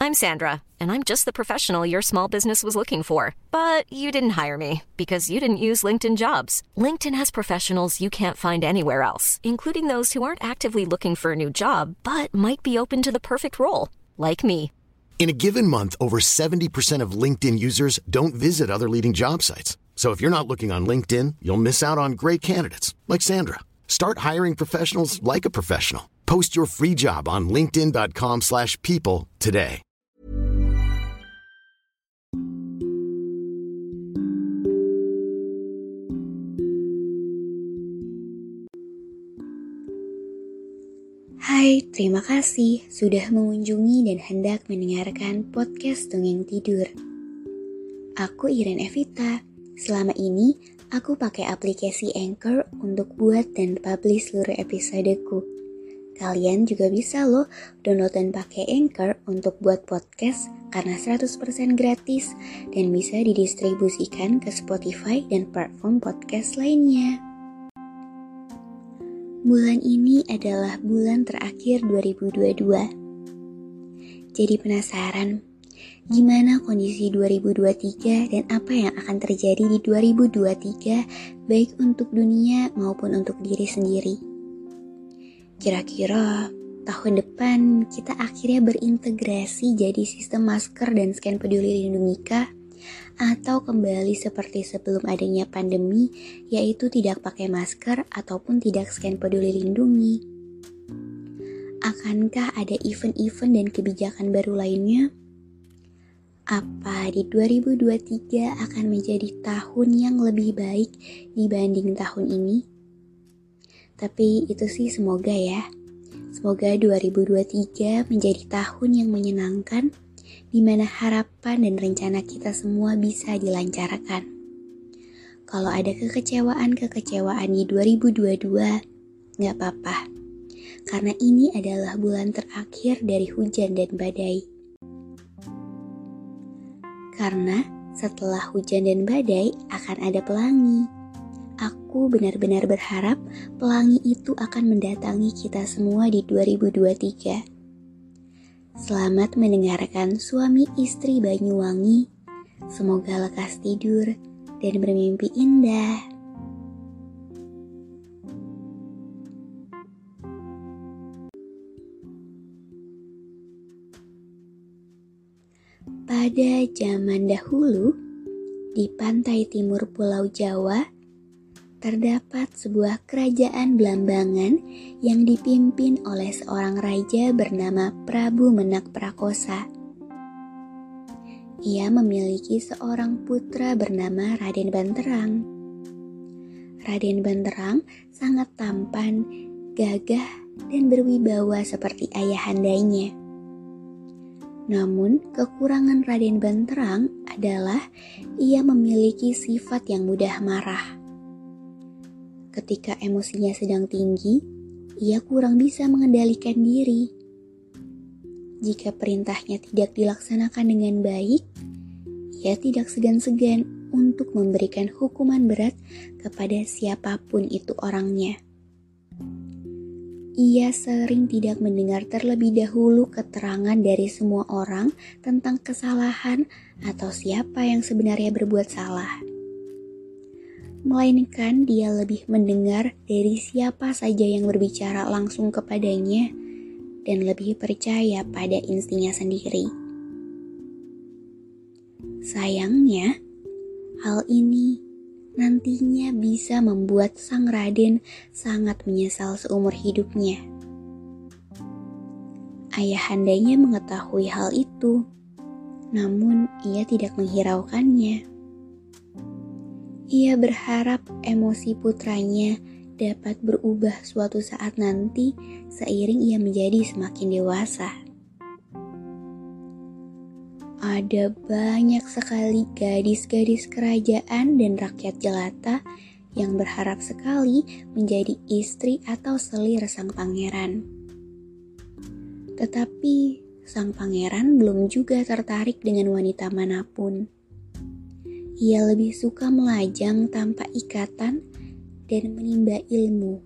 I'm Sandra, and I'm just the professional your small business was looking for. But you didn't hire me because you didn't use LinkedIn Jobs. LinkedIn has professionals you can't find anywhere else, including those who aren't actively looking for a new job, but might be open to the perfect role, like me. In a given month, over 70% of LinkedIn users don't visit other leading job sites. So if you're not looking on LinkedIn, you'll miss out on great candidates like Sandra. Start hiring professionals like a professional. Post your free job on linkedin.com/people today. Hai, terima kasih sudah mengunjungi dan hendak mendengarkan podcast Dongeng Tidur. Aku Iren Evita. Selama ini, aku pakai aplikasi Anchor untuk buat dan publish seluruh episodeku. Kalian juga bisa loh download dan pakai Anchor untuk buat podcast karena 100% gratis dan bisa didistribusikan ke Spotify dan platform podcast lainnya. Bulan ini adalah bulan terakhir 2022. Jadi penasaran, gimana kondisi 2023 dan apa yang akan terjadi di 2023 baik untuk dunia maupun untuk diri sendiri? Kira-kira tahun depan kita akhirnya berintegrasi jadi sistem masker dan scan peduli lindungi kah? Atau kembali seperti sebelum adanya pandemi, yaitu tidak pakai masker ataupun tidak scan peduli lindungi? Akankah ada event-event dan kebijakan baru lainnya? Apa di 2023 akan menjadi tahun yang lebih baik dibanding tahun ini? Tapi itu sih semoga ya. Semoga 2023 menjadi tahun yang menyenangkan, di mana harapan dan rencana kita semua bisa dilancarkan. Kalau ada kekecewaan di 2022, gak apa-apa. Karena ini adalah bulan terakhir dari hujan dan badai. Karena setelah hujan dan badai akan ada pelangi. Aku benar-benar berharap pelangi itu akan mendatangi kita semua di 2023. Selamat mendengarkan Suami Istri Banyuwangi. Semoga lekas tidur dan bermimpi indah. Pada zaman dahulu, di pantai timur Pulau Jawa, terdapat sebuah kerajaan Blambangan yang dipimpin oleh seorang raja bernama Prabu Menak Prakosa. Ia memiliki seorang putra bernama Raden Banterang. Raden Banterang sangat tampan, gagah, dan berwibawa seperti ayahandanya. Namun, kekurangan Raden Banterang adalah ia memiliki sifat yang mudah marah. Ketika emosinya sedang tinggi, ia kurang bisa mengendalikan diri. Jika perintahnya tidak dilaksanakan dengan baik, ia tidak segan-segan untuk memberikan hukuman berat kepada siapapun itu orangnya. Ia sering tidak mendengar terlebih dahulu keterangan dari semua orang tentang kesalahan atau siapa yang sebenarnya berbuat salah. Melainkan dia lebih mendengar dari siapa saja yang berbicara langsung kepadanya dan lebih percaya pada instingnya sendiri. Sayangnya, hal ini nantinya bisa membuat sang Raden sangat menyesal seumur hidupnya. Ayahandanya mengetahui hal itu, namun ia tidak menghiraukannya. Ia berharap emosi putranya dapat berubah suatu saat nanti seiring ia menjadi semakin dewasa. Ada banyak sekali gadis-gadis kerajaan dan rakyat jelata yang berharap sekali menjadi istri atau selir sang pangeran. Tetapi sang pangeran belum juga tertarik dengan wanita manapun. Ia lebih suka melajang tanpa ikatan dan menimba ilmu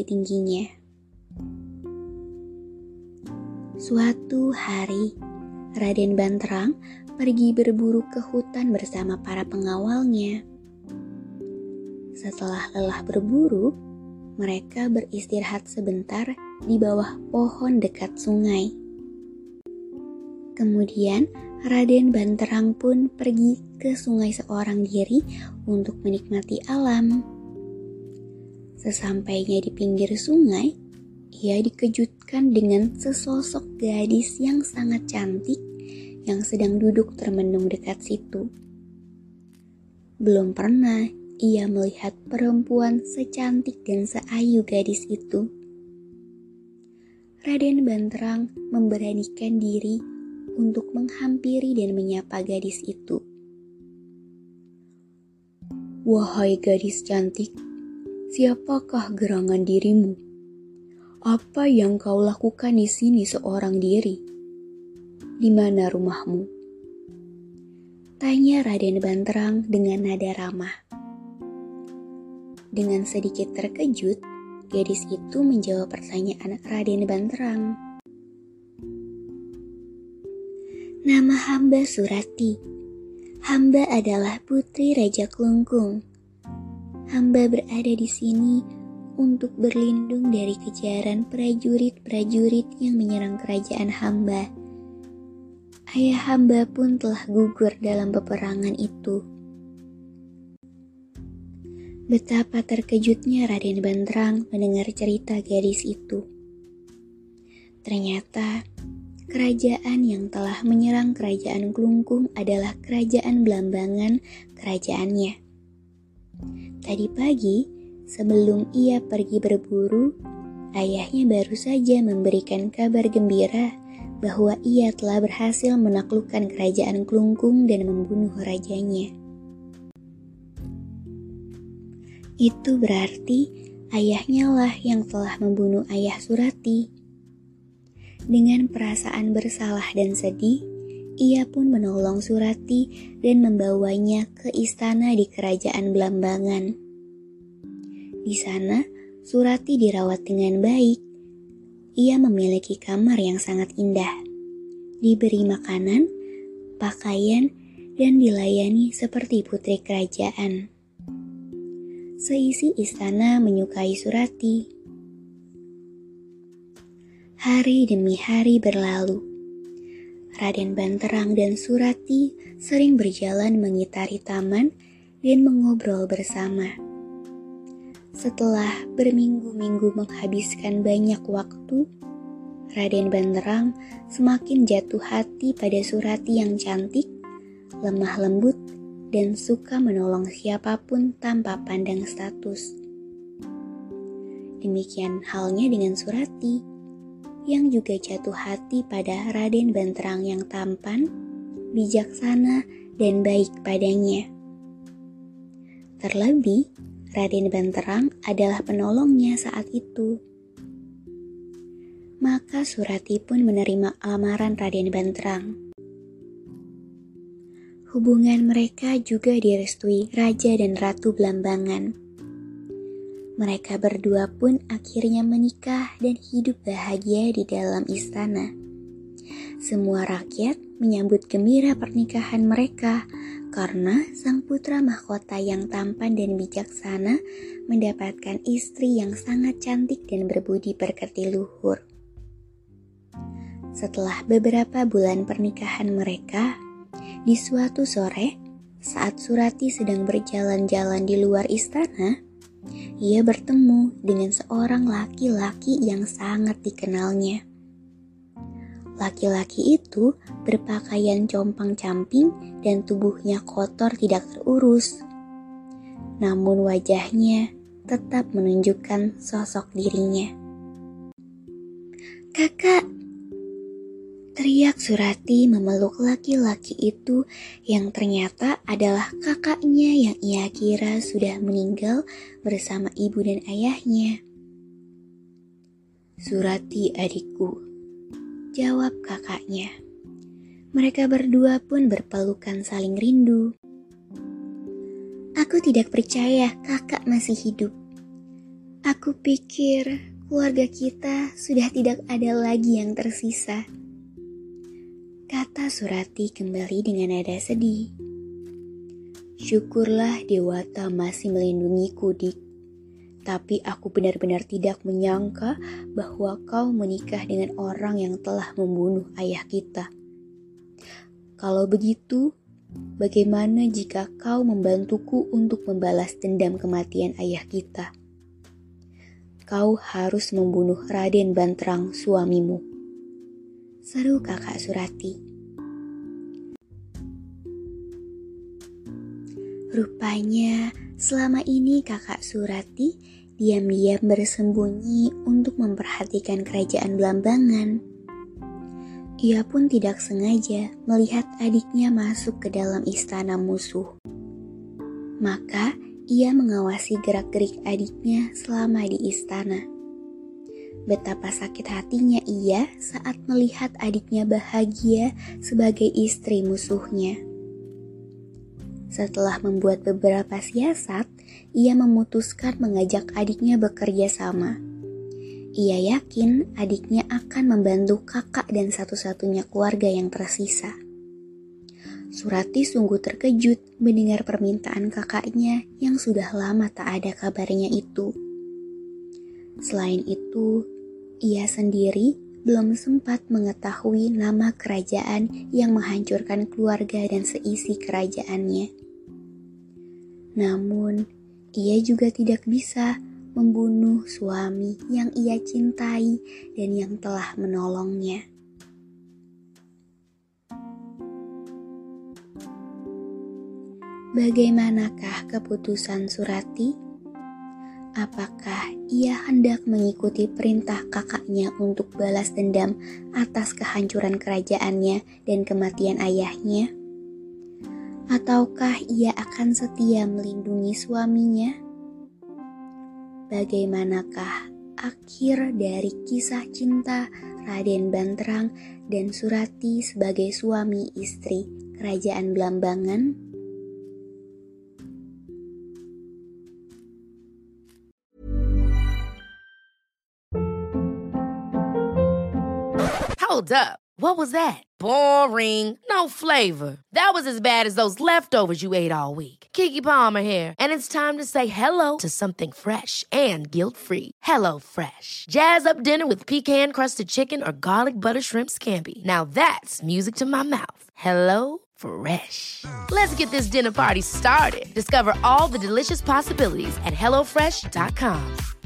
setinggi-tingginya. Suatu hari, Raden Banterang pergi berburu ke hutan bersama para pengawalnya. Setelah lelah berburu, mereka beristirahat sebentar di bawah pohon dekat sungai. Kemudian Raden Banterang pun pergi ke sungai seorang diri untuk menikmati alam. Sesampainya di pinggir sungai, ia dikejutkan dengan sesosok gadis yang sangat cantik yang sedang duduk termenung dekat situ. Belum pernah ia melihat perempuan secantik dan seayu gadis itu. Raden Banterang memberanikan diri untuk menghampiri dan menyapa gadis itu. "Wahai gadis cantik, siapakah gerangan dirimu? Apa yang kau lakukan di sini seorang diri? Di mana rumahmu?" Tanya Raden Banterang dengan nada ramah. Dengan sedikit terkejut, gadis itu menjawab pertanyaan Raden Banterang. "Nama hamba Surati. Hamba adalah putri Raja Klungkung. Hamba berada di sini untuk berlindung dari kejaran prajurit-prajurit yang menyerang kerajaan hamba. Ayah hamba pun telah gugur dalam peperangan itu." Betapa terkejutnya Raden Banterang mendengar cerita gadis itu. Ternyata kerajaan yang telah menyerang kerajaan Klungkung adalah kerajaan Blambangan kerajaannya. Tadi pagi, sebelum ia pergi berburu, ayahnya baru saja memberikan kabar gembira bahwa ia telah berhasil menaklukkan kerajaan Klungkung dan membunuh rajanya. Itu berarti ayahnya lah yang telah membunuh ayah Surati. Dengan perasaan bersalah dan sedih, ia pun menolong Surati dan membawanya ke istana di kerajaan Blambangan. Di sana, Surati dirawat dengan baik. Ia memiliki kamar yang sangat indah, diberi makanan, pakaian, dan dilayani seperti putri kerajaan. Seisi istana menyukai Surati. Hari demi hari berlalu. Raden Banterang dan Surati sering berjalan mengitari taman dan mengobrol bersama. Setelah berminggu-minggu menghabiskan banyak waktu, Raden Banterang semakin jatuh hati pada Surati yang cantik, lemah lembut, dan suka menolong siapapun tanpa pandang status. Demikian halnya dengan Surati, yang juga jatuh hati pada Raden Banterang yang tampan, bijaksana, dan baik padanya. Terlebih, Raden Banterang adalah penolongnya saat itu. Maka Surati pun menerima lamaran Raden Banterang. Hubungan mereka juga direstui Raja dan Ratu Blambangan. Mereka berdua pun akhirnya menikah dan hidup bahagia di dalam istana. Semua rakyat menyambut gembira pernikahan mereka karena sang putra mahkota yang tampan dan bijaksana mendapatkan istri yang sangat cantik dan berbudi pekerti luhur. Setelah beberapa bulan pernikahan mereka, di suatu sore, saat Surati sedang berjalan-jalan di luar istana, ia bertemu dengan seorang laki-laki yang sangat dikenalnya. Laki-laki itu berpakaian compang-camping dan tubuhnya kotor tidak terurus. Namun wajahnya tetap menunjukkan sosok dirinya. "Kakak!" teriak Surati memeluk laki-laki itu yang ternyata adalah kakaknya yang ia kira sudah meninggal bersama ibu dan ayahnya. "Surati adikku," jawab kakaknya. Mereka berdua pun berpelukan saling rindu. "Aku tidak percaya kakak masih hidup. Aku pikir keluarga kita sudah tidak ada lagi yang tersisa. kata Surati kembali dengan nada sedih. Syukurlah Dewata masih melindungiku, Dik. Tapi aku benar-benar tidak menyangka bahwa kau menikah dengan orang yang telah membunuh ayah kita. Kalau begitu, bagaimana jika kau membantuku untuk membalas dendam kematian ayah kita? Kau harus membunuh Raden Banterang suamimu, seru kakak Surati. Rupanya selama ini kakak Surati diam-diam bersembunyi untuk memperhatikan kerajaan Blambangan. Ia pun tidak sengaja melihat adiknya masuk ke dalam istana musuh. Maka ia mengawasi gerak-gerik adiknya selama di istana. Betapa sakit hatinya ia saat melihat adiknya bahagia sebagai istri musuhnya. Setelah membuat beberapa siasat, ia memutuskan mengajak adiknya bekerja sama. Ia yakin adiknya akan membantu kakak dan satu-satunya keluarga yang tersisa. Surati sungguh terkejut mendengar permintaan kakaknya yang sudah lama tak ada kabarnya itu. Selain itu, ia sendiri belum sempat mengetahui nama kerajaan yang menghancurkan keluarga dan seisi kerajaannya. Namun, ia juga tidak bisa membunuh suami yang ia cintai dan yang telah menolongnya. Bagaimanakah keputusan Surati? Apakah ia hendak mengikuti perintah kakaknya untuk balas dendam atas kehancuran kerajaannya dan kematian ayahnya? Ataukah ia akan setia melindungi suaminya? Bagaimanakah akhir dari kisah cinta Raden Banterang dan Surati sebagai suami istri kerajaan Blambangan? Hold up. What was that? Boring. No flavor. That was as bad as those leftovers you ate all week. Keke Palmer here, and it's time to say hello to something fresh and guilt-free. Hello Fresh. Jazz up dinner with pecan-crusted chicken or garlic butter shrimp scampi. Now that's music to my mouth. Hello Fresh. Let's get this dinner party started. Discover all the delicious possibilities at HelloFresh.com.